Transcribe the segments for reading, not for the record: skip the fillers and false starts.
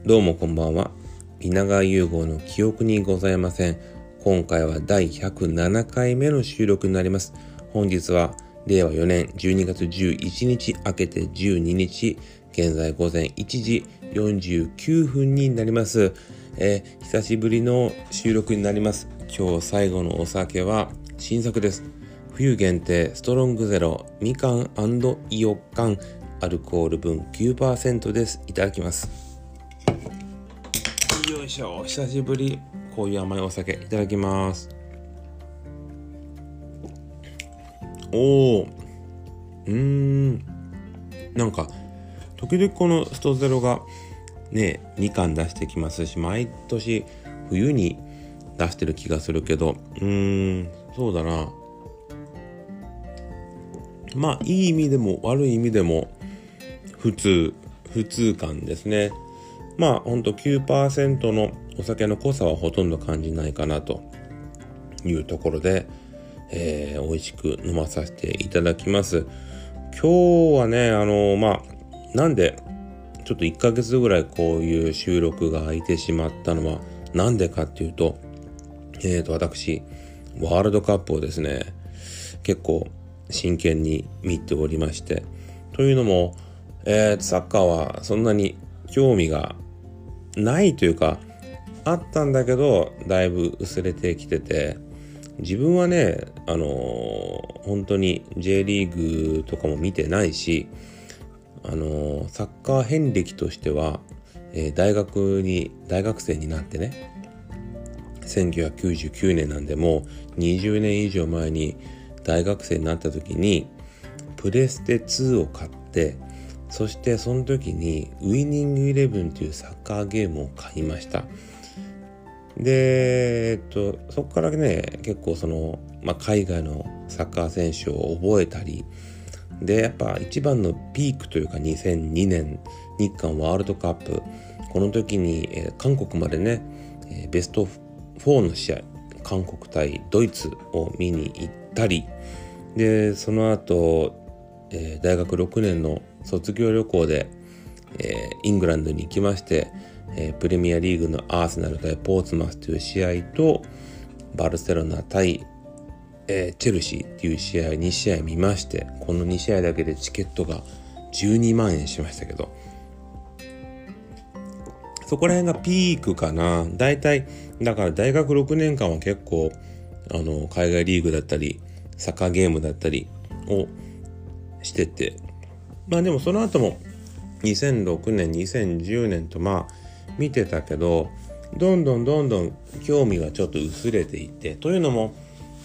どうもこんばんは。稲川優吾の記憶にございません。今回は第107回目の収録になります。本日は令和4年12月11日明けて12日、現在午前1時49分になります。久しぶりの収録になります。今日最後のお酒は新作です。冬限定ストロングゼロみかん&いよかん、アルコール分 9% です。いただきます。よいしょ、久しぶり。こういう甘いお酒いただきます。なんか時々このストゼロがね2缶出してきますし、毎年冬に出してる気がするけど、そうだな。まあいい意味でも悪い意味でも普通感ですね。まあほんと 9% のお酒の濃さはほとんど感じないかなというところで、美味しく飲まさせていただきます。今日はね、なんでちょっと1ヶ月ぐらいこういう収録が空いてしまったのはなんでかっていうと、私ワールドカップをですね結構真剣に見ておりまして、というのも、サッカーはそんなに興味がないというかあったんだけどだいぶ薄れてきてて、自分はね本当に J リーグとかも見てないし、サッカー遍歴としては、大学生になってね1999年なんでもう20年以上前に大学生になった時にプレステ2を買って、そしてその時にウイニングイレブンというサッカーゲームを買いました。で、そこからね結構海外のサッカー選手を覚えたりで、やっぱ一番のピークというか2002年日韓ワールドカップ、この時に、韓国までね、ベスト4の試合、韓国対ドイツを見に行ったりで、その後、大学6年の卒業旅行で、イングランドに行きまして、プレミアリーグのアーセナル対ポーツマスという試合とバルセロナ対、チェルシーっていう試合2試合見まして、この2試合だけでチケットが12万円しましたけど、そこら辺がピークかな。だいたいだから大学6年間は結構海外リーグだったりサッカーゲームだったりをしてて、まあでもその後も2006年2010年と見てたけど、どんどん興味がちょっと薄れていって、というのも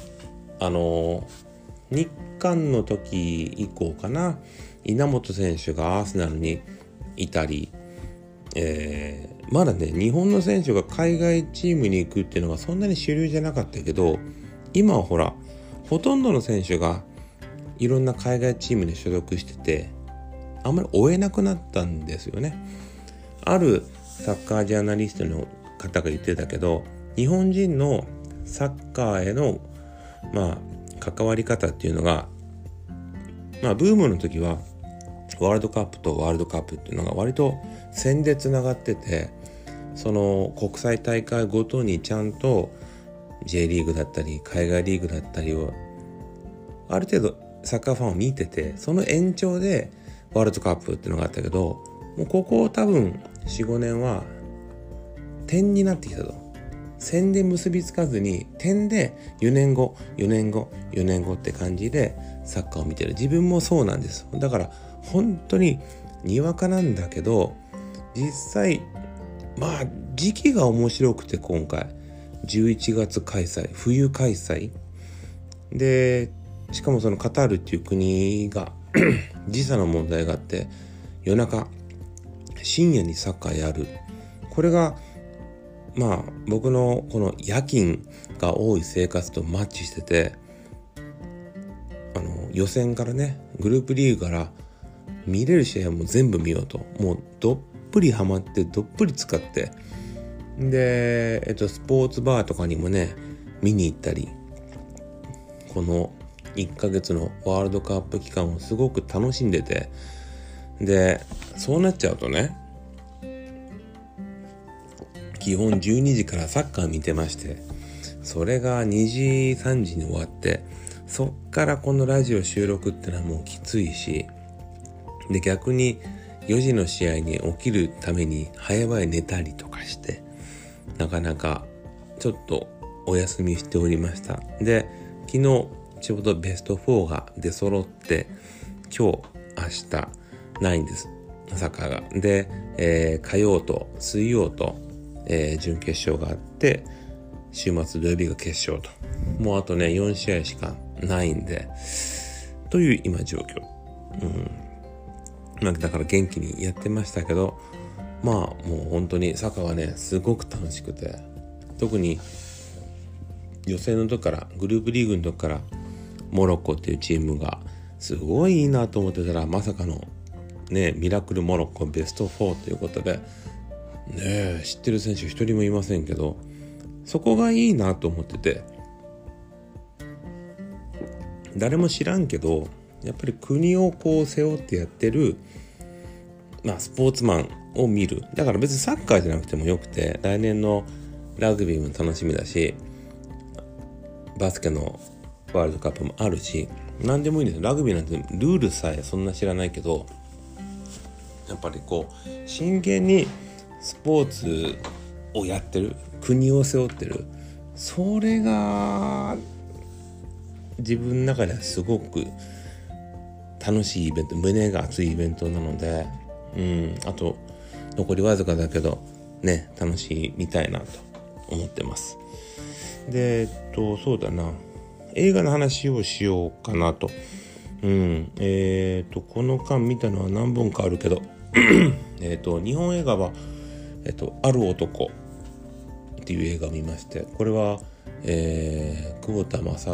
日韓の時以降かな、稲本選手がアーセナルにいたり、まだね日本の選手が海外チームに行くっていうのがそんなに主流じゃなかったけど、今はほらほとんどの選手がいろんな海外チームに所属してて、あんまり追えなくなったんですよね。あるサッカージャーナリストの方が言ってたけど、日本人のサッカーへの関わり方っていうのが、ブームの時はワールドカップとワールドカップっていうのが割と線でつながってて、その国際大会ごとにちゃんと J リーグだったり海外リーグだったりをある程度サッカーファンを見てて、その延長でワールドカップっていうのがあったけど、もうここ多分 4,5 年は点になってきたと。線で結びつかずに点で4年後って感じでサッカーを見てる。自分もそうなんです。だから本当ににわかなんだけど、実際時期が面白くて、今回11月開催、冬開催で、しかもそのカタールっていう国が時差の問題があって、夜中深夜にサッカーやる。これが僕のこの夜勤が多い生活とマッチしてて、予選からねグループリーグから見れる試合も全部見ようと、もうどっぷりハマってどっぷり使って、で、スポーツバーとかにもね見に行ったり、この1ヶ月のワールドカップ期間をすごく楽しんでて、でそうなっちゃうとね、 基本12時からサッカー見てまして、それが2時3時に終わって、そっからこのラジオ収録ってのはもうきついし、で逆に4時の試合に起きるために早々寝たりとかして、なかなかちょっとお休みしておりました。で昨日ちょうどベスト4が出揃って、今日明日ないんです、サッカーが。で、火曜と水曜と、準決勝があって、週末土曜日が決勝と、もうあとね4試合しかないんでという今状況。だから元気にやってましたけど、もう本当にサッカーはねすごく楽しくて、特に予選の時から、グループリーグの時からモロッコっていうチームがすごいいいなと思ってたら、まさかのねミラクルモロッコベスト4ということでね、知ってる選手一人もいませんけど、そこがいいなと思ってて、誰も知らんけどやっぱり国をこう背負ってやってる、スポーツマンを見る。だから別にサッカーじゃなくてもよくて、来年のラグビーも楽しみだし、バスケのワールドカップもあるし、何でもいいんですよ。ラグビーなんてルールさえそんな知らないけど、やっぱりこう真剣にスポーツをやってる、国を背負ってる、それが自分の中ではすごく楽しいイベント、胸が熱いイベントなので、あと残りわずかだけどね、楽しみたいなと思ってます。でそうだな、映画の話をしようかなと。この間見たのは何本かあるけど日本映画はある男っていう映画を見まして、これは、久保田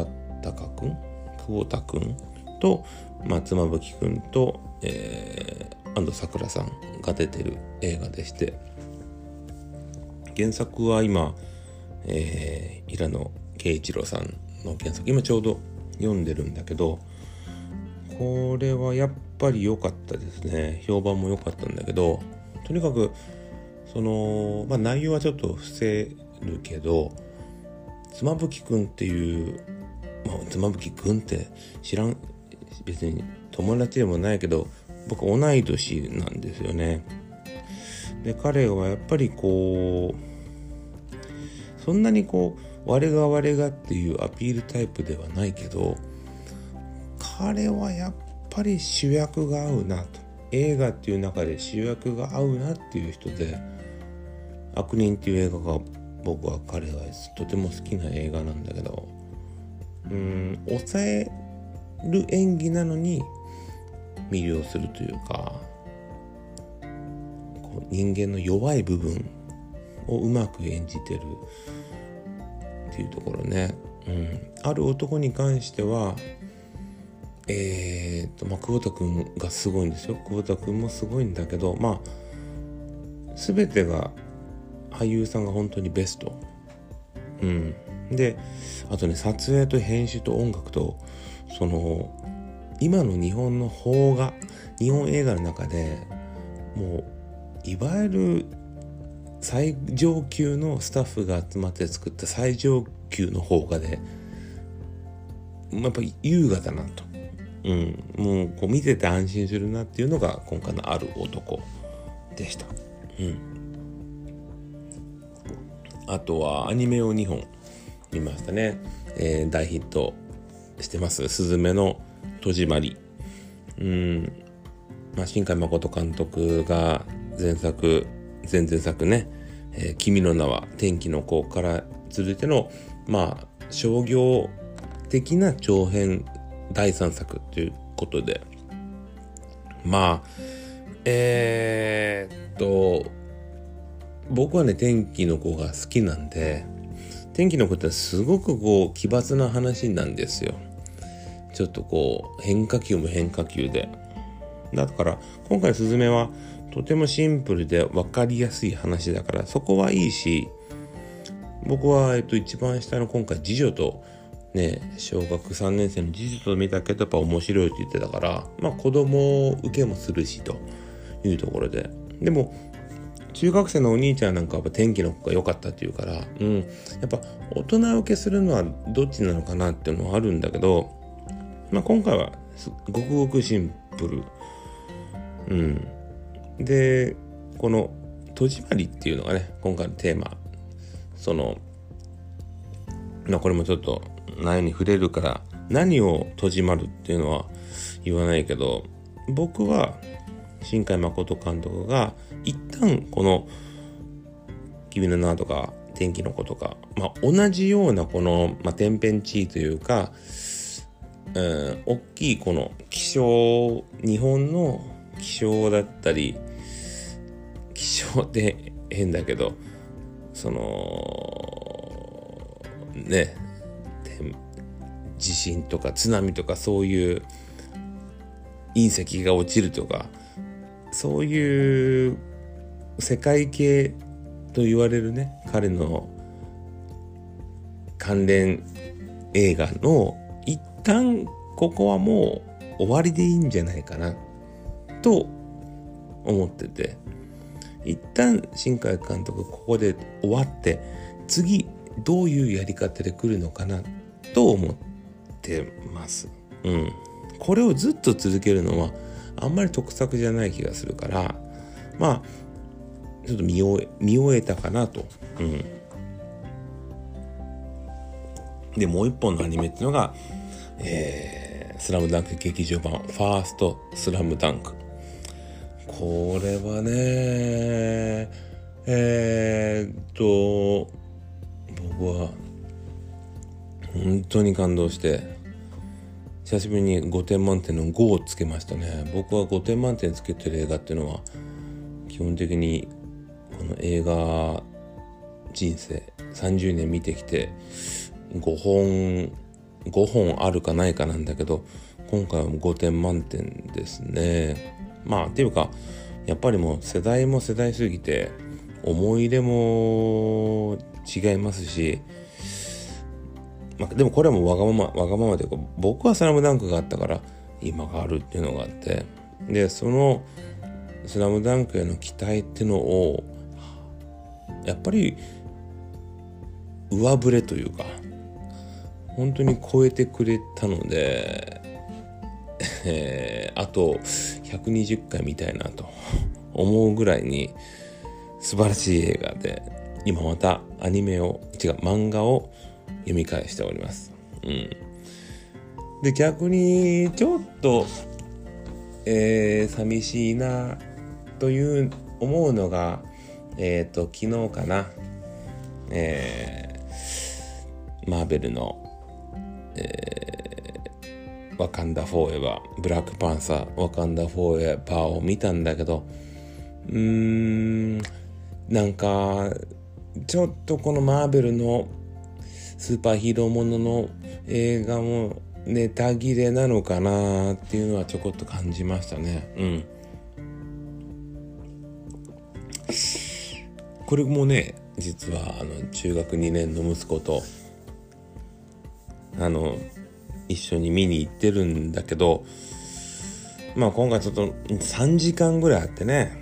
くんと妻夫木くんと、安藤サクラさんが出てる映画でして、原作は今、平野啓一郎さんの原作、今ちょうど読んでるんだけど、これはやっぱり良かったですね。評判も良かったんだけど、とにかくその、内容はちょっと伏せるけど、妻夫木くんっていう、妻夫木くんって知らん、別に友達でもないけど、僕同い年なんですよね。で彼はやっぱりこうそんなにこう我がっていうアピールタイプではないけど、彼はやっぱり主役が合うなと、映画っていう中で主役が合うなっていう人で、悪人っていう映画が僕は彼はとても好きな映画なんだけど、抑える演技なのに魅了するというか、こう人間の弱い部分をうまく演じてるっていうところね。ある男に関しては久保田くんがすごいんですよ。久保田くんもすごいんだけど、全てが俳優さんが本当にベスト。であとね、撮影と編集と音楽と、その今の日本の邦画、日本映画の中でもういわゆる最上級のスタッフが集まって作った最上級の邦画で、やっぱり優雅だなと、もうこう見てて安心するなっていうのが今回のある男でした。あとはアニメを2本見ましたね。大ヒットしてますすずめの戸締まり。新海誠監督が前々作ね、君の名は天気の子から続いての商業的な長編第3作ということで、僕はね天気の子が好きなんで、天気の子ってすごくこう奇抜な話なんですよ。ちょっとこう変化球も変化球で、だから今回スズメはとてもシンプルで分かりやすい話だから、そこはいいし、僕は一番下の今回次女とね、小学3年生の次女と見たけどやっぱ面白いって言ってたから、子供受けもするしというところで、でも中学生のお兄ちゃんなんかは天気の子が良かったっていうから、やっぱ大人受けするのはどっちなのかなっていうのはあるんだけど、今回はごくごくシンプル。で、この戸締まりっていうのがね、今回のテーマ。これもちょっと内容に触れるから、何を戸締まるっていうのは言わないけど、僕は新海誠監督が一旦この君の名とか天気の子とか、同じようなこの、天変地異というか、大きいこの気象、日本の気象だったり、気象って変だけど、地震とか津波とかそういう隕石が落ちるとか、そういう世界系と言われるね、彼の関連映画の一旦ここはもう終わりでいいんじゃないかなと思ってて、一旦新海監督ここで終わって次どういうやり方で来るのかなと思ってます。これをずっと続けるのはあんまり得策じゃない気がするから、ちょっと見終えたかなと。で、もう一本のアニメっていうのが、スラムダンク劇場版ファーストスラムダンク。これはね、僕は本当に感動して久しぶりに5点満点の5をつけましたね。僕は5点満点つけてる映画っていうのは基本的にこの映画人生30年見てきて5本あるかないかなんだけど、今回は5点満点ですね。っていうかやっぱりもう世代も世代すぎて思い入れも違いますし、でもこれはもうわがままというか、僕はスラムダンクがあったから今があるっていうのがあって、でそのスラムダンクへの期待っていうのをやっぱり上振れというか本当に超えてくれたので、あと120回見たいなと思うぐらいに素晴らしい映画で、今また漫画を読み返しております。で、逆にちょっと、寂しいなという思うのが、昨日かな、マーベルの、ワカンダフォーエバー、ブラックパンサーワカンダフォーエバーを見たんだけど、なんかちょっとこのマーベルのスーパーヒーローものの映画もネタ切れなのかなっていうのはちょこっと感じましたね。これもね、実は中学2年の息子と一緒に見に行ってるんだけど、今回ちょっと3時間ぐらいあってね、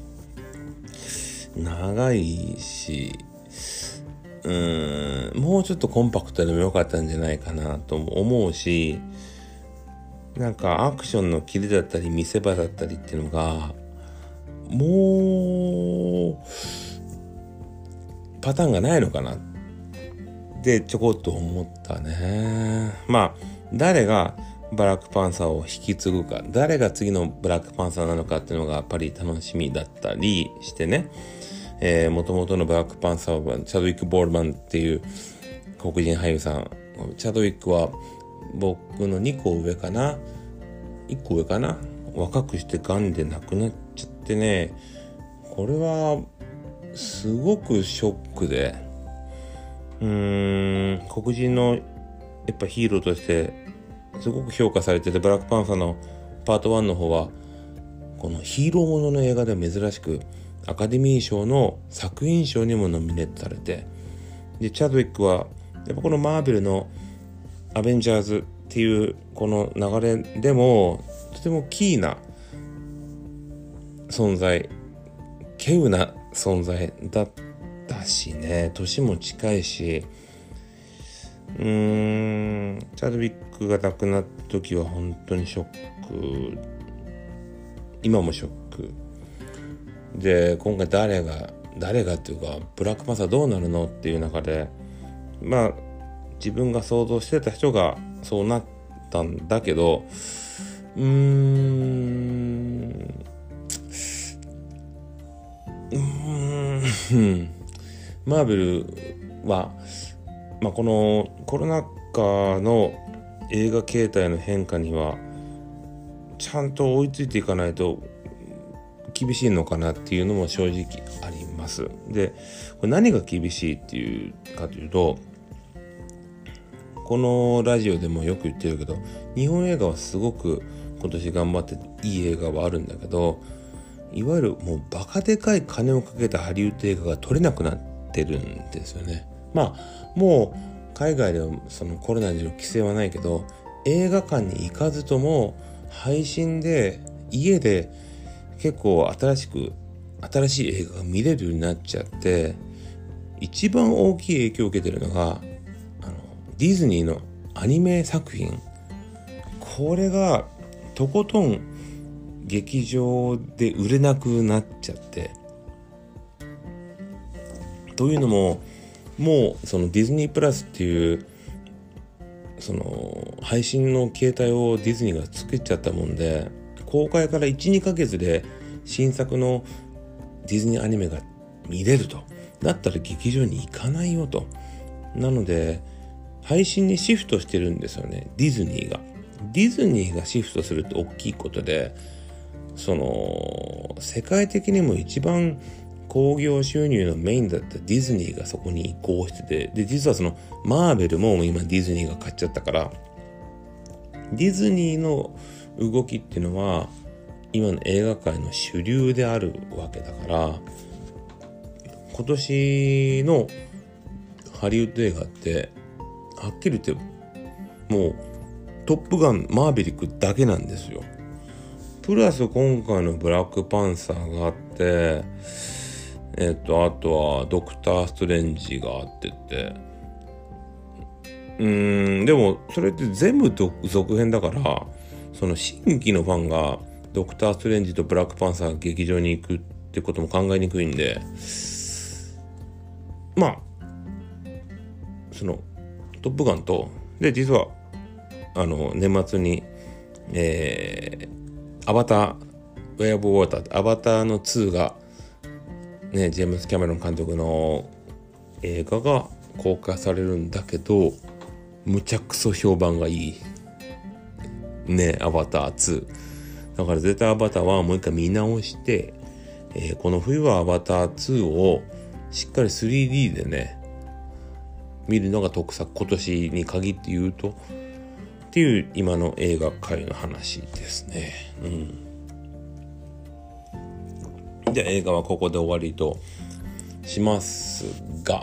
長いし、もうちょっとコンパクトでもよかったんじゃないかなと思うし、なんかアクションのキレだったり見せ場だったりっていうのがもうパターンがないのかなってちょこっと思ったね。誰がブラックパンサーを引き継ぐか、誰が次のブラックパンサーなのかっていうのがやっぱり楽しみだったりしてね。元々のブラックパンサーはチャドウィック・ボールマンっていう黒人俳優さん。チャドウィックは僕の2個上かな、1個上かな、若くして癌で亡くなっちゃってね、これはすごくショックで、黒人のやっぱヒーローとしてすごく評価されてて、ブラックパンサーのパート1の方はこのヒーローものの映画では珍しくアカデミー賞の作品賞にもノミネートされて、でチャドウィックはやっぱこのマーベルのアベンジャーズっていうこの流れでもとてもキーな存在、稀有な存在だったしね、年も近いし、チャドウィックが亡くなった時は本当にショック、今もショックで、今回誰がっていうかブラックパンサーどうなるのっていう中で、まあ自分が想像してた人がそうなったんだけど、マーベルは、このコロナ禍の映画形態の変化にはちゃんと追いついていかないと厳しいのかなっていうのも正直あります。で、これ何が厳しいっていうかというと、このラジオでもよく言ってるけど、日本映画はすごく今年頑張っていい映画はあるんだけど、いわゆるもうバカでかい金をかけたハリウッド映画が撮れなくなってるんですよね。もう海外ではそのコロナによる規制はないけど、映画館に行かずとも配信で家で結構新しい映画が見れるようになっちゃって、一番大きい影響を受けてるのがディズニーのアニメ作品。これがとことん劇場で売れなくなっちゃって、というのももうそのディズニープラスっていうその配信の形態をディズニーが作っちゃったもんで、公開から 1,2 ヶ月で新作のディズニーアニメが見れると。だったら劇場に行かないよと。なので配信にシフトしてるんですよね、ディズニーがシフトするって大きいことで、その世界的にも一番興行収入のメインだったディズニーがそこに移行してて、で実はそのマーベルも今ディズニーが買っちゃったから、ディズニーの動きっていうのは今の映画界の主流であるわけだから、今年のハリウッド映画ってはっきり言ってもうトップガンマーヴェリックだけなんですよ。プラス今回のブラックパンサーがあって、あとはドクターストレンジがあってってでもそれって全部続編だから、その新規のファンがドクターストレンジとブラックパンサー劇場に行くってことも考えにくいんで、そのトップガンとで実は年末にアバターウェイ・オブ・ウォーターアバターの2がね、ジェームス・キャメロン監督の映画が公開されるんだけど、むちゃくそ評判がいいね、アバター2だから絶対アバターはもう一回見直して、この冬はアバター2をしっかり 3D でね見るのが得策、今年に限って言うとっていう今の映画界の話ですね。じゃあ映画はここで終わりとしますが、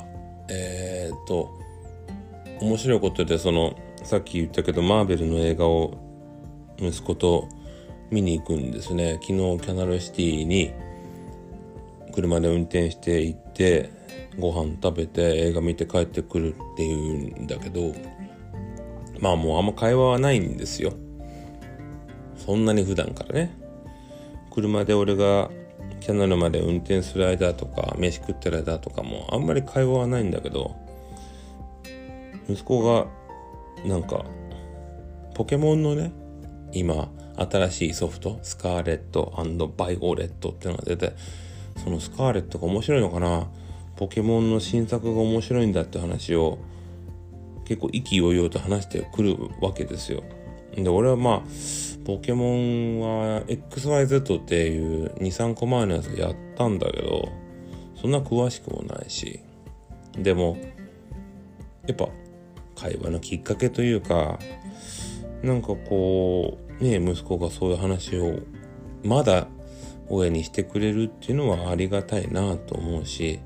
面白いことで、そのさっき言ったけどマーベルの映画を息子と見に行くんですね。昨日キャナルシティに車で運転して行ってご飯食べて映画見て帰ってくるっていうんだけど、もうあんま会話はないんですよ、そんなに普段からね。車で俺がキャナルまで運転する間とか飯食ってる間とかもあんまり会話はないんだけど、息子がなんかポケモンのね今新しいソフトスカーレット&バイオレットっていうのが出て、そのスカーレットが面白いのかな、ポケモンの新作が面白いんだって話を結構意気揚々と話してくるわけですよ。で俺はポケモンは XYZ っていう 2,3 個前のやつやったんだけど、そんな詳しくもないし、でもやっぱ会話のきっかけというか、なんかこうね、息子がそういう話をまだ親にしてくれるっていうのはありがたいなと思うし、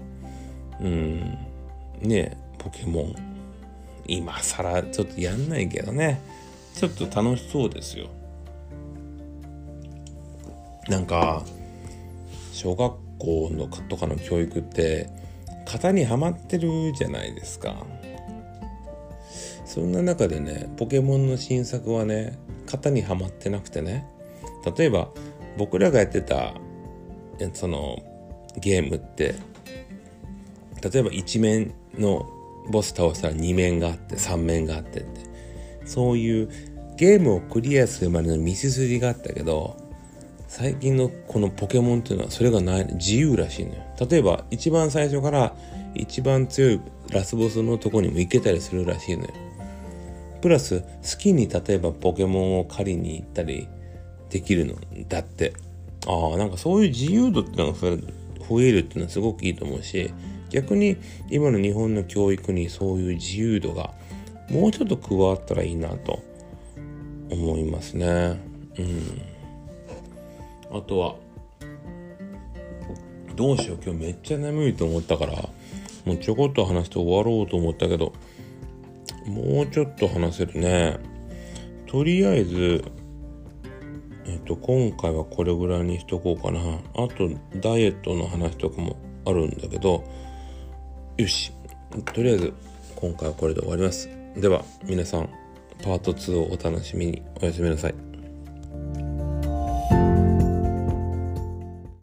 ポケモン今更ちょっとやんないけどね、ちょっと楽しそうですよ。なんか小学校のとかの教育って型にはまってるじゃないですか。そんな中でね、ポケモンの新作はね、型にはまってなくてね、例えば僕らがやってたそのゲームって、例えば1面のボス倒したら2面があって3面があってって、そういうゲームをクリアするまでの道筋りがあったけど、最近のこのポケモンっていうのはそれがない、自由らしいのよ。例えば一番最初から一番強いラスボスのとこにも行けたりするらしいのよ。プラス好きに例えばポケモンを狩りに行ったりできるのだって。なんかそういう自由度ってのが増えるっていうのはすごくいいと思うし、逆に今の日本の教育にそういう自由度がもうちょっと加わったらいいなと思いますね。あとはどうしよう、今日めっちゃ眠いと思ったからもうちょこっと話して終わろうと思ったけど、もうちょっと話せるね。とりあえず今回はこれぐらいにしとこうかな。あとダイエットの話とかもあるんだけど、よし、とりあえず今回はこれで終わります。では皆さん、パート2をお楽しみに。おやすみなさい。